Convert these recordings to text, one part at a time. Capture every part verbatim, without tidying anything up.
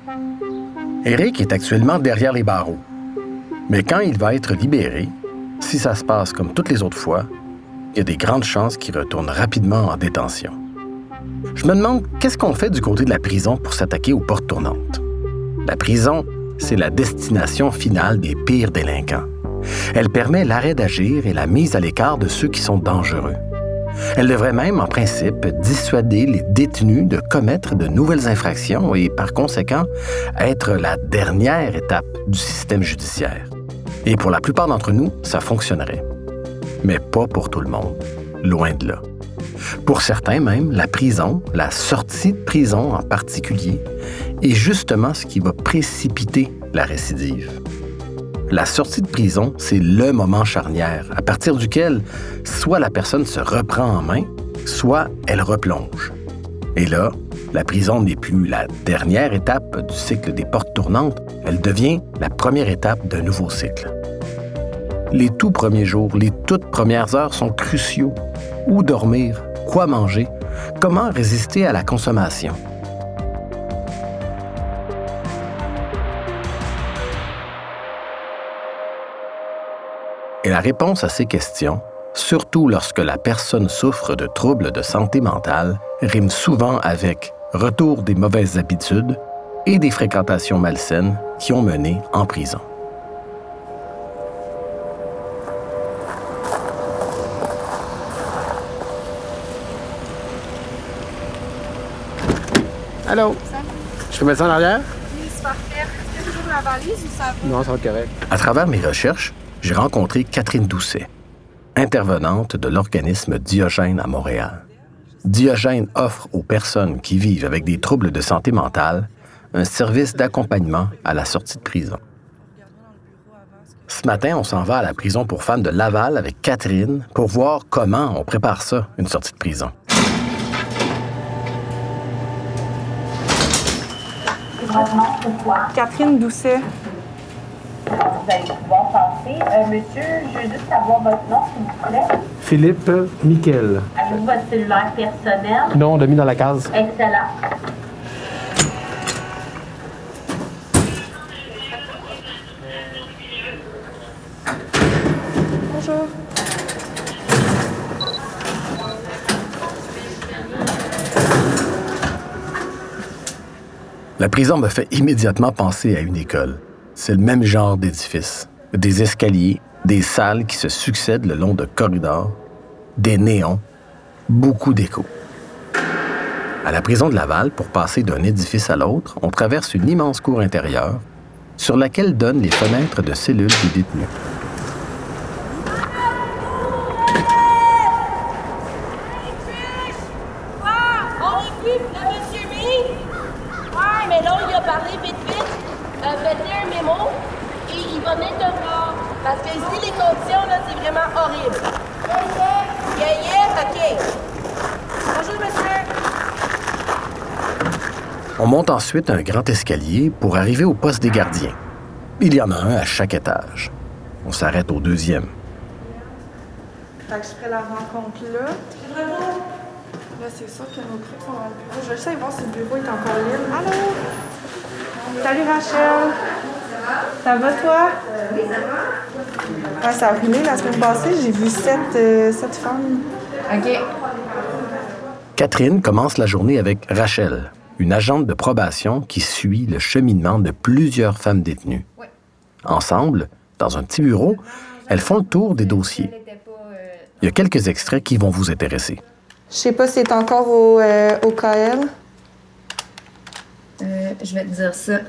Éric est actuellement derrière les barreaux. Mais quand il va être libéré, si ça se passe comme toutes les autres fois, il y a des grandes chances qu'il retourne rapidement en détention. Je me demande qu'est-ce qu'on fait du côté de la prison pour s'attaquer aux portes tournantes. La prison, c'est la destination finale des pires délinquants. Elle permet l'arrêt d'agir et la mise à l'écart de ceux qui sont dangereux. Elle devrait même, en principe, dissuader les détenus de commettre de nouvelles infractions et, par conséquent, être la dernière étape du système judiciaire. Et pour la plupart d'entre nous, ça fonctionnerait. Mais pas pour tout le monde. Loin de là. Pour certains même, la prison, la sortie de prison en particulier, est justement ce qui va précipiter la récidive. La sortie de prison, c'est le moment charnière, à partir duquel soit la personne se reprend en main, soit elle replonge. Et là, la prison n'est plus la dernière étape du cycle des portes tournantes, elle devient la première étape d'un nouveau cycle. Les tout premiers jours, les toutes premières heures sont cruciaux. Où dormir? Quoi manger? Comment résister à la consommation? Et la réponse à ces questions, surtout lorsque la personne souffre de troubles de santé mentale, rime souvent avec retour des mauvaises habitudes et des fréquentations malsaines qui ont mené en prison. Allô? Je peux mettre ça en arrière? Oui, c'est parfait. Est-ce que toujours la valise ou ça va? Non, ça va être correct. À travers mes recherches, j'ai rencontré Catherine Doucet, intervenante de l'organisme Diogène à Montréal. Diogène offre aux personnes qui vivent avec des troubles de santé mentale un service d'accompagnement à la sortie de prison. Ce matin, on s'en va à la prison pour femmes de Laval avec Catherine pour voir comment on prépare ça, une sortie de prison. Catherine Doucet. Vous allez pouvoir passer. Euh, monsieur, je veux juste savoir votre nom, s'il vous plaît. Philippe Miquel. Avez-vous votre cellulaire personnel? Non, on l'a mis dans la case. Excellent. Bonjour. La prison me fait immédiatement penser à une école. C'est le même genre d'édifice. Des escaliers, des salles qui se succèdent le long de corridors, des néons, beaucoup d'écho. À la prison de Laval, pour passer d'un édifice à l'autre, on traverse une immense cour intérieure sur laquelle donnent les fenêtres de cellules des détenus. Parce que ici, les conditions, là, c'est vraiment horrible. Yeah, yeah, OK. Bonjour, monsieur. On monte ensuite un grand escalier pour arriver au poste des gardiens. Il y en a un à chaque étage. On s'arrête au deuxième. Fait que je ferai la rencontre là. Là, c'est sûr que nos trucs sont dans le bureau. Je vais juste aller voir si le bureau est encore libre. Allô? Salut, Rachel. Ça va, toi? Oui, ça va. Ouais, ça a roulé la semaine passée. J'ai vu sept, euh, sept femmes. OK. Catherine commence la journée avec Rachel, une agente de probation qui suit le cheminement de plusieurs femmes détenues. Oui. Ensemble, dans un petit bureau, elles font le tour des dossiers. Il y a quelques extraits qui vont vous intéresser. Je sais pas si c'est encore au, euh, au K L. Euh, je vais te dire ça.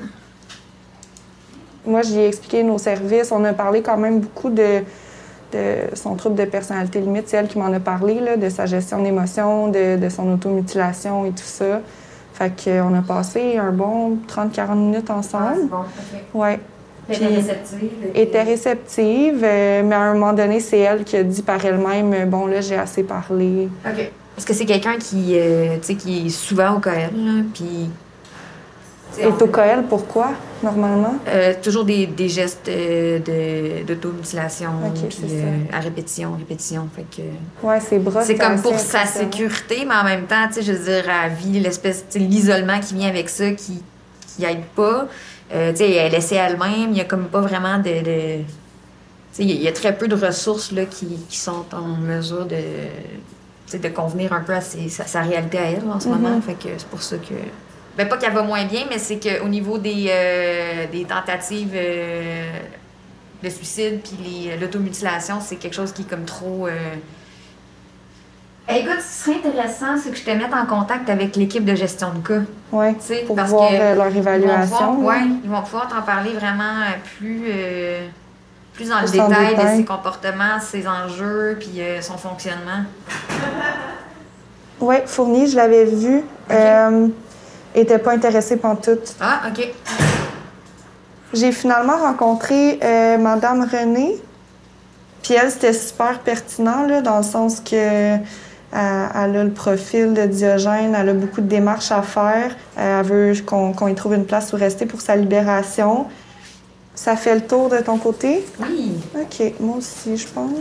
Moi, j'y ai expliqué nos services. On a parlé quand même beaucoup de, de son trouble de personnalité limite. C'est elle qui m'en a parlé, là, de sa gestion d'émotions, de, de son automutilation et tout ça. Fait qu'on a passé un bon trente à quarante minutes ensemble. Ah, c'est bon, OK. Ouais. Elle était réceptive. Elle était réceptive, euh, mais à un moment donné, c'est elle qui a dit par elle-même, bon, là, j'ai assez parlé. OK. Est-ce que c'est quelqu'un qui, euh, tu sais, qui est souvent au K L, là, puis... Et au K L, pourquoi, normalement? Euh, toujours des, des gestes euh, de, d'automutilation, okay, puis euh, à répétition, répétition. Fait que, ouais, c'est bras. C'est comme pour sa sécurité, mais en même temps, tu sais, je veux dire, à vie, l'espèce, l'isolement qui vient avec ça, qui, qui aide pas. Euh, tu sais, elle essaie elle-même. Il y a comme pas vraiment de... de... Tu sais, il y a très peu de ressources là, qui, qui sont en mesure de, de convenir un peu à ses, sa, sa réalité à elle en ce mm-hmm. moment. Fait que c'est pour ça que... Ben, pas qu'elle va moins bien, mais c'est qu'au niveau des, euh, des tentatives euh, de suicide puis l'automutilation, c'est quelque chose qui est comme trop... Euh... Hey, écoute, ce serait intéressant, c'est que je te mette en contact avec l'équipe de gestion de cas. Oui, pour parce voir que leur évaluation. Oui, ouais, ils vont pouvoir t'en parler vraiment plus, euh, plus dans plus le détail, détail de ses comportements, ses enjeux puis euh, son fonctionnement. Oui, Fournier, je l'avais vu. Okay. Euh, était pas intéressée pantoute. Ah, OK. J'ai finalement rencontré euh, Madame Renée. Puis elle, c'était super pertinent, là, dans le sens que... Euh, elle a le profil de Diogène, elle a beaucoup de démarches à faire. Euh, elle veut qu'on qu'on y trouve une place où rester pour sa libération. Ça fait le tour de ton côté? Oui. OK, moi aussi, je pense.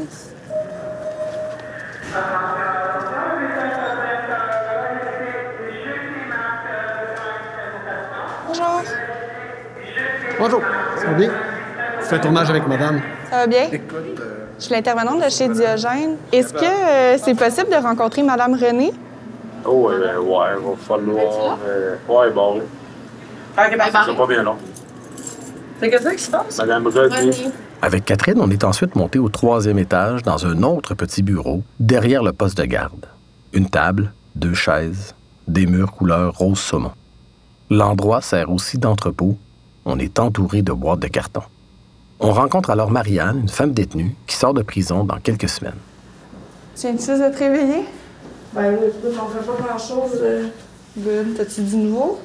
Bonjour. Bonjour. Ça va bien? Tu fais un tournage avec madame? Ça va bien? Écoute... Euh... Je suis l'intervenante de chez Diogène. Est-ce que euh, c'est possible de rencontrer Madame Renée? Oh, ouais, euh, ouais, il va falloir... Euh, ouais, bon. Ah, okay, c'est pas bien long. C'est qu'est-ce qui se passe? Madame Renée. Avec Catherine, on est ensuite monté au troisième étage dans un autre petit bureau, derrière le poste de garde. Une table, deux chaises, des murs couleur rose saumon. L'endroit sert aussi d'entrepôt. On est entouré de boîtes de carton. On rencontre alors Marianne, une femme détenue, qui sort de prison dans quelques semaines. Tu viens-tu de te réveiller? Ben oui, écoute, on fait pas grand-chose. Euh... Good. T'as-tu du nouveau?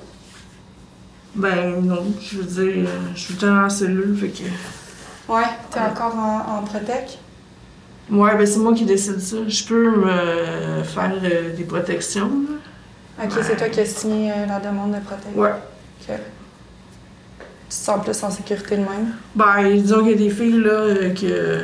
Ben non, je veux dire, je suis tout le temps en cellule, fait que... Ouais, t'es ouais. encore en, en protec? Ouais, ben c'est moi qui décide ça. Je peux me faire euh, des protections, là. OK, ouais. C'est toi qui as signé euh, la demande de protection? Ouais. OK. Tu te sens plus en sécurité de même? Ben, disons qu'il y a des filles, là, euh, que...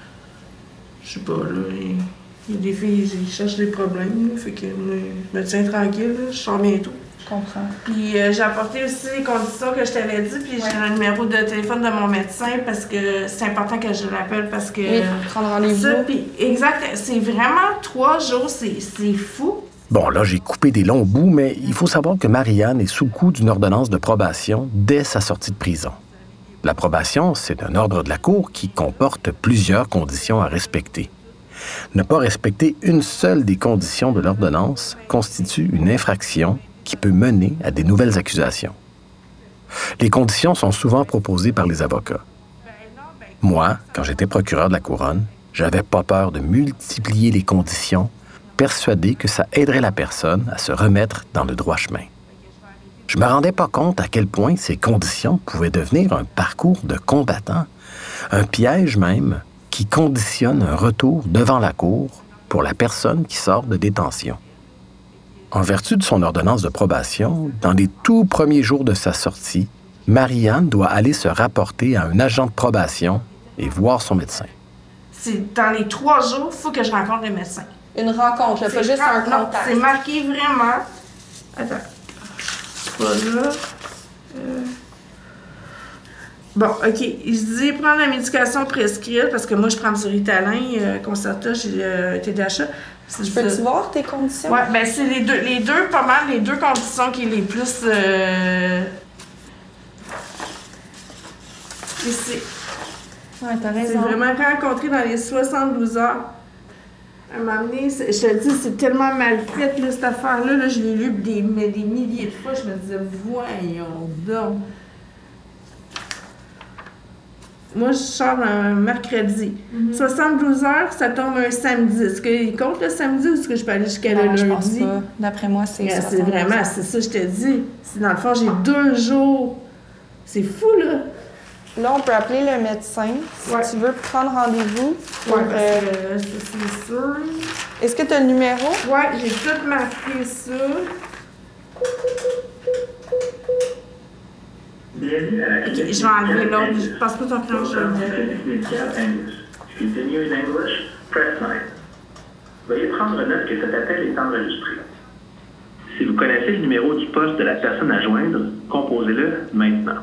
Je sais pas, là, il y a des filles, ils cherchent des problèmes, là, fait que je me tiens tranquille, là, je sors bientôt. Je comprends. Puis euh, j'ai apporté aussi les conditions que je t'avais dit, puis ouais. J'ai le numéro de téléphone de mon médecin parce que c'est important que je l'appelle parce que... Oui, prendre rendez-vous. Ça, puis exact, c'est vraiment trois jours, c'est, c'est fou. Bon, là, j'ai coupé des longs bouts, mais il faut savoir que Marianne est sous le coup d'une ordonnance de probation dès sa sortie de prison. La probation, c'est un ordre de la Cour qui comporte plusieurs conditions à respecter. Ne pas respecter une seule des conditions de l'ordonnance constitue une infraction qui peut mener à des nouvelles accusations. Les conditions sont souvent proposées par les avocats. Moi, quand j'étais procureur de la Couronne, j'avais pas peur de multiplier les conditions, persuadé que ça aiderait la personne à se remettre dans le droit chemin. Je me rendais pas compte à quel point ces conditions pouvaient devenir un parcours de combattant, un piège même qui conditionne un retour devant la cour pour la personne qui sort de détention. En vertu de son ordonnance de probation, dans les tout premiers jours de sa sortie, Marianne doit aller se rapporter à un agent de probation et voir son médecin. C'est dans les trois jours, il faut que je rencontre le médecin. Une rencontre, là, pas juste un contact. C'est marqué vraiment... Attends. C'est pas là. Euh... Bon, OK. Il se dit prendre la médication prescrite, parce que moi, je prends du Ritalin, euh, Concerta, j'ai euh, T D A H. Je peux-tu voir tes conditions? Oui, bien, c'est les deux, les deux, pas mal, les deux conditions qui sont les plus... Euh... Ici. Ouais, t'as raison. C'est vraiment rencontré dans les soixante-douze heures. À un moment donné, je te dis, c'est tellement mal fait, là, cette affaire-là. Là, je l'ai lu des, des milliers de fois. Je me disais, voyons donc. Moi, je sors un mercredi. Mm-hmm. soixante-douze heures, ça tombe un samedi. Est-ce qu'il compte le samedi ou est-ce que je peux aller jusqu'à non, le lundi? Je pense pas. D'après moi, c'est ça. C'est vraiment, c'est ça, je te dis. C'est, dans le fond, j'ai deux jours. C'est fou, là. Là, on peut appeler le médecin si ouais. tu veux prendre rendez-vous. Oui, parce euh, que c'est sûr. Est-ce que tu as le numéro? Oui, j'ai tout marqué ça. OK, je vais enlever l'autre. Je pense pas ton plan, je vais le Continue in English, press nine. Veuillez prendre note que cet appel est enregistré. Si vous connaissez le numéro du poste de la personne à joindre, composez-le maintenant.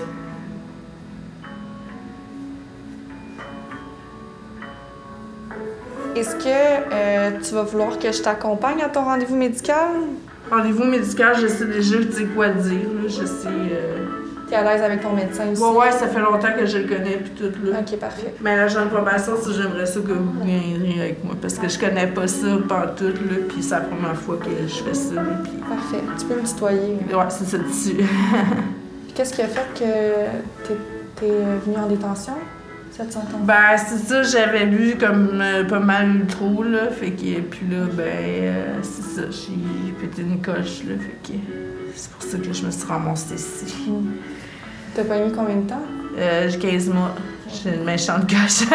Est-ce que euh, tu vas vouloir que je t'accompagne à ton rendez-vous médical? Rendez-vous médical, je sais déjà tu sais quoi dire. Là. Je sais. Euh... T'es à l'aise avec ton médecin aussi? Ouais, ouais, ça fait longtemps que je le connais puis tout. Là. Ok, parfait. Mais l'agent de probation, si j'aimerais ça que vous viendriez avec moi. Parce que je connais pas ça pantoute, là. Puis c'est la première fois que je fais ça. Là, puis... Parfait. Tu peux me tutoyer. Hein? Ouais, c'est ça dessus. Qu'est-ce qui a fait que t'es, t'es venu en détention? Ben, c'est ça, j'avais bu comme euh, pas mal trop, là. Fait que, puis là, ben, euh, c'est ça, j'ai pété une coche, là. Fait que c'est pour ça que je me suis ramassée ici. Mm. T'as pas mis combien de temps? Euh, j'ai quinze mois. J'ai une méchante coche.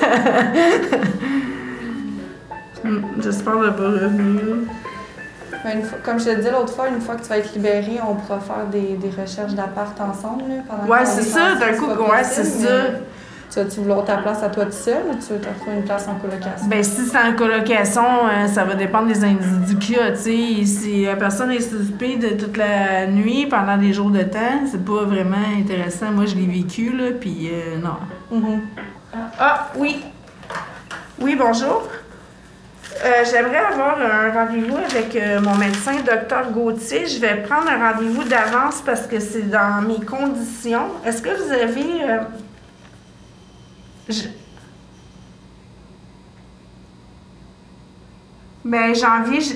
mm, j'espère ne pas revenir. Ben, une fois, comme je te disais l'autre fois, une fois que tu vas être libérée, on pourra faire des, des recherches d'appart ensemble, là, pendant ouais, c'est ça, d'un coup, ouais, c'est ça. Tu vas-tu vouloir ta place à toi tout seul ou tu veux t'offrir une place en colocation? Ben si c'est en colocation, euh, ça va dépendre des individus qu'il y a, tu sais. Si la personne est occupée de toute la nuit pendant des jours de temps, c'est pas vraiment intéressant. Moi, je l'ai vécu, là, puis euh, non. Mm-hmm. Ah, oui. Oui, bonjour. Euh, j'aimerais avoir un rendez-vous avec euh, mon médecin, docteur Gauthier. Je vais prendre un rendez-vous d'avance parce que c'est dans mes conditions. Est-ce que vous avez... Euh, Je... Ben, janvier, je...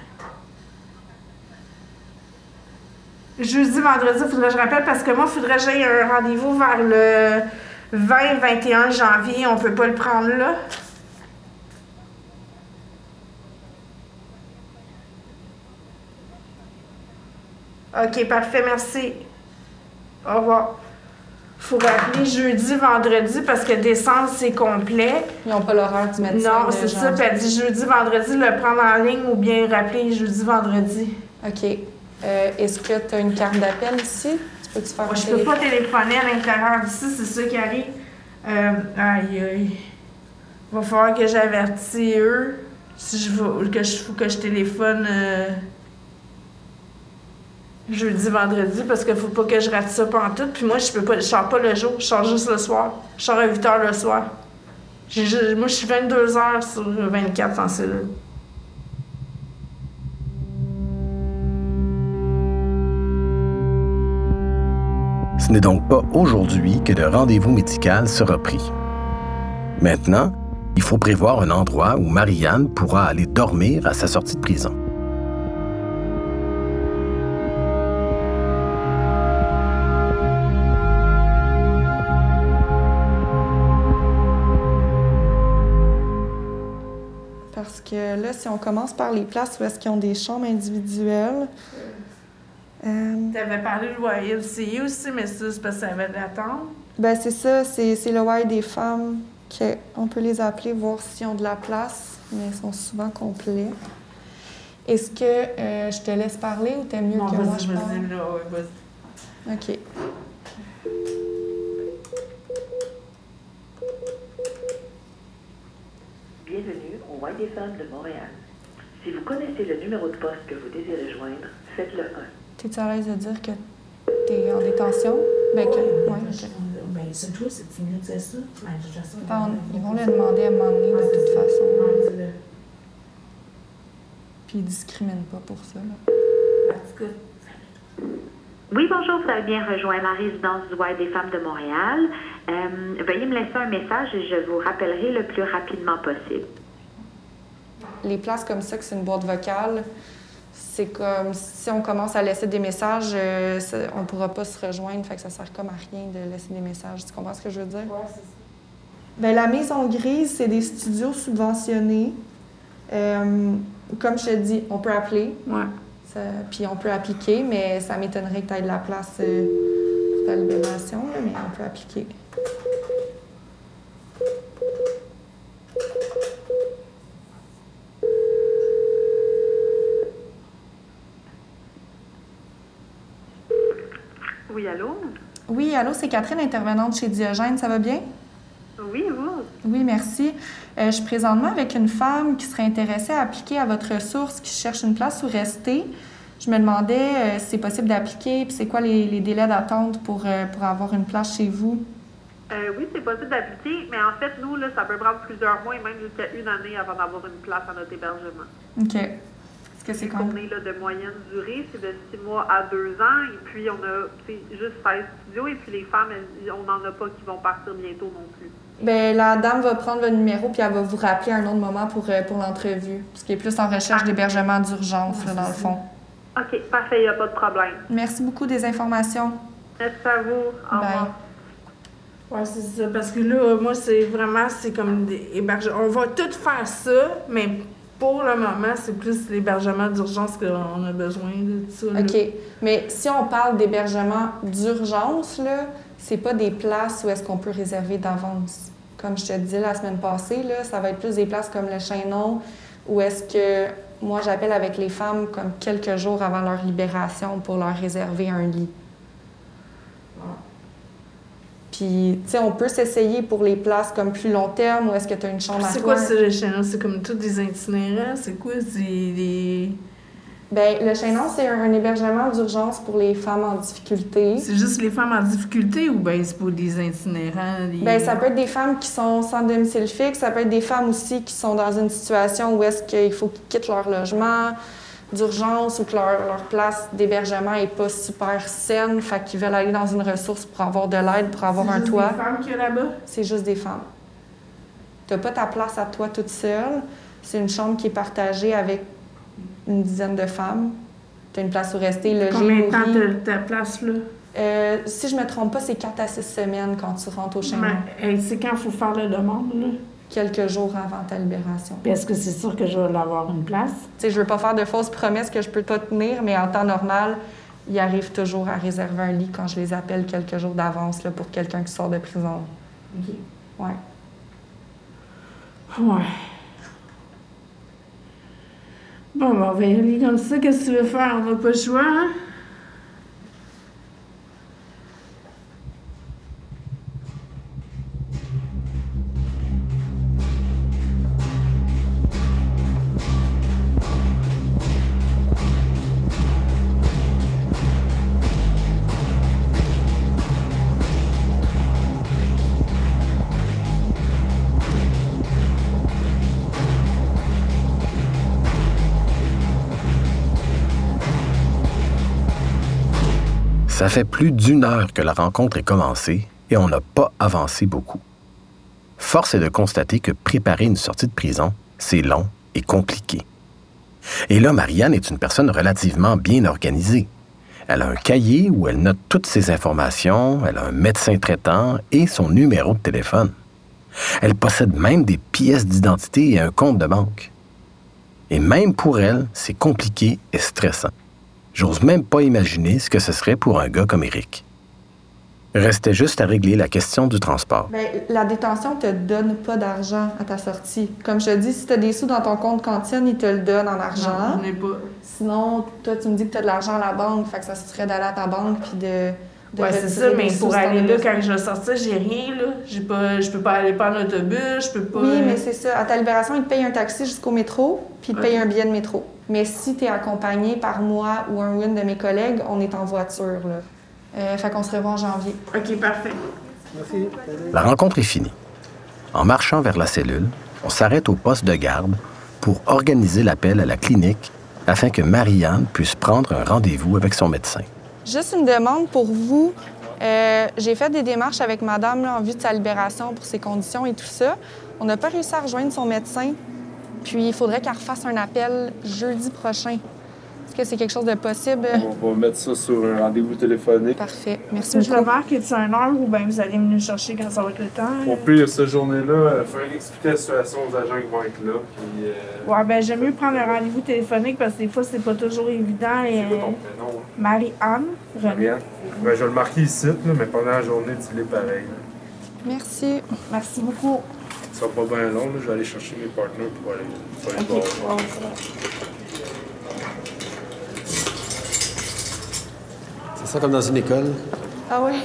jeudi, vendredi, il faudrait que je rappelle parce que moi, il faudrait que j'aille un rendez-vous vers le vingt vingt et un janvier. On peut pas le prendre là. OK, parfait, merci. Au revoir. Faut rappeler jeudi, vendredi, parce que décembre, c'est complet. Ils n'ont pas l'horaire du médecin. Non, c'est ça. Puis elle dit jeudi, vendredi, le prendre en ligne ou bien rappeler jeudi, vendredi. OK. Euh, est-ce que tu as une carte d'appel ici? Tu peux-tu faire Moi, un je peux pas téléphoner à l'intérieur d'ici, c'est ça qui arrive. Euh, aïe, aïe. Il va falloir que j'avertisse eux si je veux, que je, faut que je téléphone euh, jeudi, vendredi, parce qu'il faut pas que je rate ça pantoute. Puis moi, je peux pas, je sors pas le jour, je sors juste le soir. Je sors à huit heures le soir. J'ai, moi, je suis vingt-deux heures sur vingt-quatre en cellule. Ce n'est donc pas aujourd'hui que le rendez-vous médical sera pris. Maintenant, il faut prévoir un endroit où Marie-Anne pourra aller dormir à sa sortie de prison. Parce que là, si on commence par les places où est-ce qu'ils ont des chambres individuelles... Euh... Tu avais parlé du Y L C A aussi, mais ça, c'est parce que ça avait de l'attente. Ben c'est ça, c'est, c'est le Y des femmes qu'on peut les appeler, voir s'ils ont de la place, mais ils sont souvent complets. Est-ce que euh, je te laisse parler ou t'aimes mieux non, que vas-y, moi je vas-y, parle? là, ouais, vas-y. OK. Bienvenue au Y des femmes de Montréal. Si vous connaissez le numéro de poste que vous désirez joindre, faites-le un. T'es-tu à l'aise de dire que t'es en détention? Ben, que... Ouais, ouais, OK. Ben, c'est toi, c'est tu me disais ça. Ben, de toute façon, Attends, ils vont le demander à un moment donné, de ouais, toute ça. façon. Ouais, dis-le. Puis ils discriminent pas pour ça, là. En tout cas. Oui, bonjour, vous avez bien rejoint la résidence du Y des femmes de Montréal. Euh, veuillez me laisser un message et je vous rappellerai le plus rapidement possible. Les places comme ça, que c'est une boîte vocale, c'est comme si on commence à laisser des messages, euh, ça, on pourra pas se rejoindre, fait que ça sert comme à rien de laisser des messages. Tu comprends ce que je veux dire? Ouais, c'est ça. Bien, la Maison Grise, c'est des studios subventionnés. Euh, comme je te dis, on peut appeler. Ouais. Ça, puis on peut appliquer, mais ça m'étonnerait que tu aies de la place euh, pour ta libération, là, mais on peut appliquer. Oui, allô? Oui, allô, c'est Catherine, intervenante chez Diogène, ça va bien? Oui, vous? Oui, merci. Euh, je suis présentement avec une femme qui serait intéressée à appliquer à votre ressource, qui cherche une place où rester. Je me demandais euh, si c'est possible d'appliquer, puis c'est quoi les, les délais d'attente pour, euh, pour avoir une place chez vous? Euh, oui, c'est possible d'appliquer, mais en fait, nous, là, ça peut prendre plusieurs mois et même jusqu'à une année avant d'avoir une place à notre hébergement. OK. Est-ce que c'est Une quand tournée là, de moyenne durée, c'est de six mois à deux ans, et puis on a juste seize studios, et puis les femmes, elles, on n'en a pas qui vont partir bientôt non plus. Bien, la dame va prendre votre numéro puis elle va vous rappeler à un autre moment pour, euh, pour l'entrevue, ce qui est plus en recherche d'hébergement d'urgence, là, dans le fond. OK, parfait, il n'y a pas de problème. Merci beaucoup des informations. Merci à vous. Au Bye. revoir. Ouais, c'est ça. Parce que là, moi, c'est vraiment, c'est comme des hébergements. On va tout faire ça, mais pour le moment, c'est plus l'hébergement d'urgence qu'on a besoin de ça. Là. OK. Mais si on parle d'hébergement d'urgence, là, c'est pas des places où est-ce qu'on peut réserver d'avance. Comme je te disais la semaine passée, là, ça va être plus des places comme le Chaînon, où est-ce que moi, j'appelle avec les femmes comme quelques jours avant leur libération pour leur réserver un lit. Puis, tu sais, on peut s'essayer pour les places comme plus long terme, ou est-ce que tu as une chambre à toi? C'est quoi ça, le Chaînon? C'est comme tous des itinérants? C'est quoi? C'est des... Bien, le Chaînon, c'est un, un hébergement d'urgence pour les femmes en difficulté. C'est juste les femmes en difficulté ou bien c'est pour des itinérants? Des... Bien, ça peut être des femmes qui sont sans domicile fixe, ça peut être des femmes aussi qui sont dans une situation où est-ce qu'il faut qu'ils quittent leur logement d'urgence ou que leur, leur place d'hébergement n'est pas super saine, fait qu'ils veulent aller dans une ressource pour avoir de l'aide, pour avoir un toit. C'est juste des femmes qu'il y a là-bas? C'est juste des femmes. Tu n'as pas ta place à toi toute seule. C'est une chambre qui est partagée avec une dizaine de femmes. Tu as une place où rester, loger, Combien de temps nourrir. t'as ta place, là? Euh, si je me trompe pas, c'est quatre à six semaines quand tu rentres au Chaînon. Ben, hey, c'est quand il faut faire la demande, là? Quelques jours avant ta libération. Puis est-ce que c'est sûr que je vais avoir une place? Tu sais, je veux pas faire de fausses promesses que je peux pas tenir, mais en temps normal, ils arrivent toujours à réserver un lit quand je les appelle quelques jours d'avance là, pour quelqu'un qui sort de prison. OK. Ouais. Ouais. Bon, ben, on va y aller comme ça. Qu'est-ce que tu veux faire? On n'a pas le choix, hein? Ça fait plus d'une heure que la rencontre est commencée et on n'a pas avancé beaucoup. Force est de constater que préparer une sortie de prison, c'est long et compliqué. Et là, Marianne est une personne relativement bien organisée. Elle a un cahier où elle note toutes ses informations, elle a un médecin traitant et son numéro de téléphone. Elle possède même des pièces d'identité et un compte de banque. Et même pour elle, c'est compliqué et stressant. J'ose même pas imaginer ce que ce serait pour un gars comme Éric. Restait juste à régler la question du transport. Bien, la détention ne te donne pas d'argent à ta sortie. Comme je te dis, si tu as des sous dans ton compte cantine, ils te le donnent en argent. Non, je n'ai pas. Sinon, toi, tu me dis que tu as de l'argent à la banque, fait que ça serait d'aller à ta banque puis de... de Ouais, c'est retirer ça, des mais sous pour si t'en aller as là, besoin. quand je vais sortir, j'ai rien, là. J'ai pas, je peux pas aller prendre l'autobus, je peux pas... Oui, mais c'est ça. À ta libération, ils te payent un taxi jusqu'au métro, puis ils te Ouais. payent un billet de métro. Mais si tu es accompagné par moi ou un ou une de mes collègues, on est en voiture, là. Euh, fait qu'on se revoit en janvier. OK, parfait. Merci. La rencontre est finie. En marchant vers la cellule, on s'arrête au poste de garde pour organiser l'appel à la clinique afin que Marianne puisse prendre un rendez-vous avec son médecin. Juste une demande pour vous. Euh, j'ai fait des démarches avec madame là, en vue de sa libération pour ses conditions et tout ça. On n'a pas réussi à rejoindre son médecin. Puis il faudrait qu'elle refasse un appel jeudi prochain. Est-ce que c'est quelque chose de possible? On va mettre ça sur un rendez-vous téléphonique. Parfait. Merci Ça, je le beaucoup. marque, est-ce une heure ou bien vous allez venir me chercher quand ça va être le temps? Au pire, cette journée-là, euh, faire expliquer la situation aux agents qui vont être là. Puis, euh, Ouais, ben j'aime mieux prendre un rendez-vous téléphonique parce que des fois, c'est pas toujours évident. Et... c'est quoi ton prénom? Marie-Anne René. Marianne? Ben, je vais le marquer ici, là, mais pendant la journée, tu l'es pareil. là. Merci. Merci beaucoup. Ça sera pas bien long, là, je vais aller chercher mes partenaires pour aller, pour aller OK. voir. Ouais, c'est bon. C'est ça comme dans une école. Ah ouais?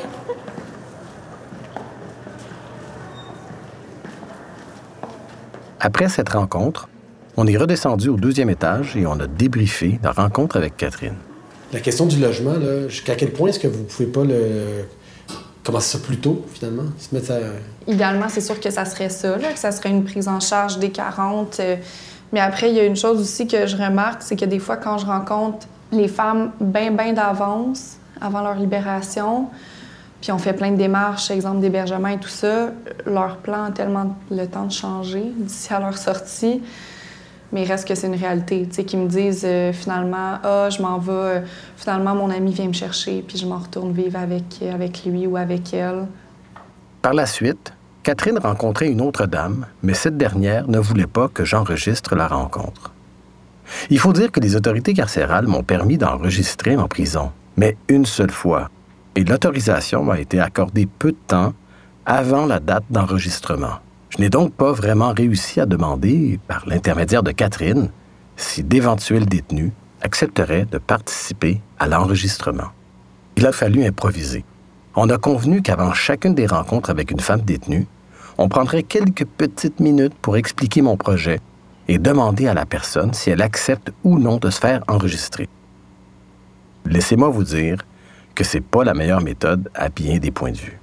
Après cette rencontre, on est redescendu au deuxième étage et on a débriefé la rencontre avec Catherine. La question du logement, là, jusqu'à quel point est-ce que vous pouvez pas le... commencer ça plus tôt, finalement? Se mettre à... Idéalement, c'est sûr que ça serait ça, là, que ça serait une prise en charge dès quarante. Euh, mais après, il y a une chose aussi que je remarque, c'est que des fois, quand je rencontre les femmes bien, bien d'avance, avant leur libération, puis on fait plein de démarches, exemple d'hébergement et tout ça, leur plan a tellement le temps de changer d'ici à leur sortie. Mais il reste que c'est une réalité, tu sais, qu'ils me disent euh, finalement, ah, je m'en vais, euh, finalement, mon ami vient me chercher, puis je m'en retourne vivre avec, avec lui ou avec elle. Par la suite, Catherine rencontrait une autre dame, mais cette dernière ne voulait pas que j'enregistre la rencontre. Il faut dire que les autorités carcérales m'ont permis d'enregistrer en prison, mais une seule fois, et l'autorisation m'a été accordée peu de temps avant la date d'enregistrement. Je n'ai donc pas vraiment réussi à demander, par l'intermédiaire de Catherine, si d'éventuels détenus accepteraient de participer à l'enregistrement. Il a fallu improviser. On a convenu qu'avant chacune des rencontres avec une femme détenue, on prendrait quelques petites minutes pour expliquer mon projet et demander à la personne si elle accepte ou non de se faire enregistrer. Laissez-moi vous dire que c'est pas la meilleure méthode à bien des points de vue.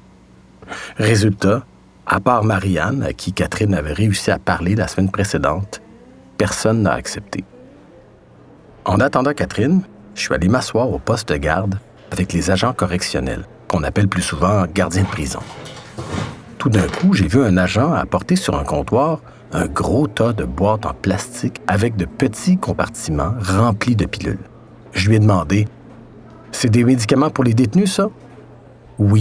Résultat, à part Marianne, à qui Catherine avait réussi à parler la semaine précédente, personne n'a accepté. En attendant Catherine, je suis allé m'asseoir au poste de garde avec les agents correctionnels, qu'on appelle plus souvent gardiens de prison. Tout d'un coup, j'ai vu un agent apporter sur un comptoir un gros tas de boîtes en plastique avec de petits compartiments remplis de pilules. Je lui ai demandé « C'est des médicaments pour les détenus, ça? »« Oui. »«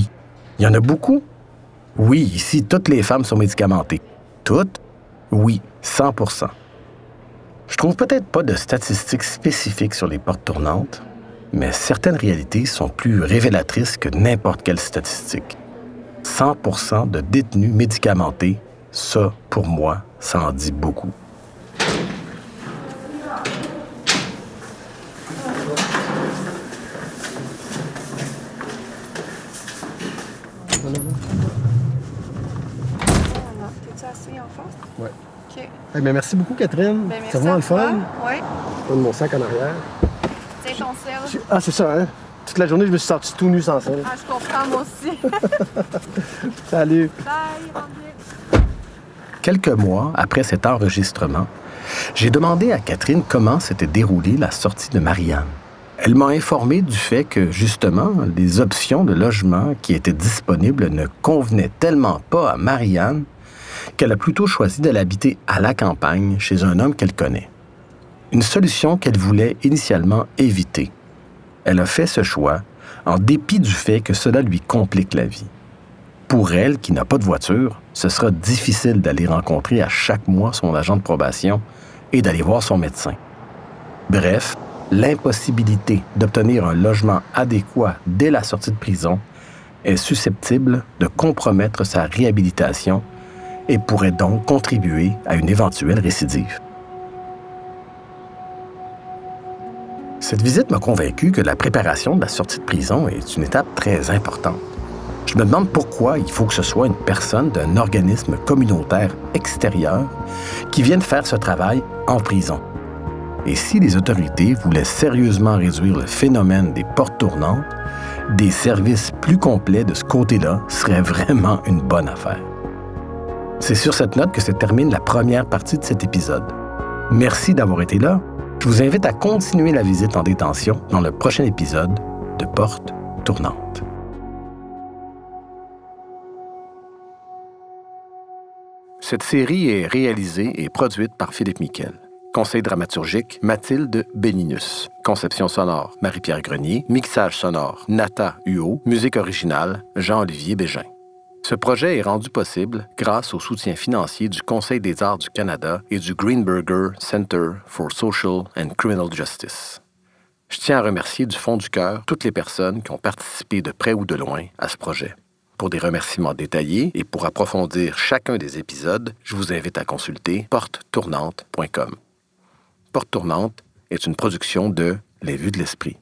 Il y en a beaucoup? » Oui, ici, toutes les femmes sont médicamentées. Toutes? Oui, cent pour cent. Je trouve peut-être pas de statistiques spécifiques sur les portes tournantes, mais certaines réalités sont plus révélatrices que n'importe quelle statistique. cent pour cent de détenus médicamentés, ça, pour moi, ça en dit beaucoup. Oui. OK. Hey, ben merci beaucoup, Catherine. Ben, c'est vraiment le fun. Oui. Je donne mon sac en arrière. Tiens ton sel. Ah, c'est ça, hein? Toute la journée, je me suis sorti tout nu sans sel. Ah, je comprends, moi aussi. Salut. Bye, rentre bien. Quelques mois après cet enregistrement, j'ai demandé à Catherine comment s'était déroulée la sortie de Marianne. Elle m'a informé du fait que, justement, les options de logement qui étaient disponibles ne convenaient tellement pas à Marianne qu'elle a plutôt choisi d'aller habiter à la campagne chez un homme qu'elle connaît. Une solution qu'elle voulait initialement éviter. Elle a fait ce choix en dépit du fait que cela lui complique la vie. Pour elle, qui n'a pas de voiture, ce sera difficile d'aller rencontrer à chaque mois son agent de probation et d'aller voir son médecin. Bref, l'impossibilité d'obtenir un logement adéquat dès la sortie de prison est susceptible de compromettre sa réhabilitation et pourrait donc contribuer à une éventuelle récidive. Cette visite m'a convaincu que la préparation de la sortie de prison est une étape très importante. Je me demande pourquoi il faut que ce soit une personne d'un organisme communautaire extérieur qui vienne faire ce travail en prison. Et si les autorités voulaient sérieusement réduire le phénomène des portes tournantes, des services plus complets de ce côté-là seraient vraiment une bonne affaire. C'est sur cette note que se termine la première partie de cet épisode. Merci d'avoir été là. Je vous invite à continuer la visite en détention dans le prochain épisode de Portes tournantes. Cette série est réalisée et produite par Philippe Miquel. Conseil dramaturgique, Mathilde Béninus. Conception sonore, Marie-Pierre Grenier. Mixage sonore, Nata Huot. Musique originale, Jean-Olivier Bégin. Ce projet est rendu possible grâce au soutien financier du Conseil des arts du Canada et du Greenberger Center for Social and Criminal Justice. Je tiens à remercier du fond du cœur toutes les personnes qui ont participé de près ou de loin à ce projet. Pour des remerciements détaillés et pour approfondir chacun des épisodes, je vous invite à consulter porte tournante point com. Porte Tournante est une production de Les Vues de l'Esprit.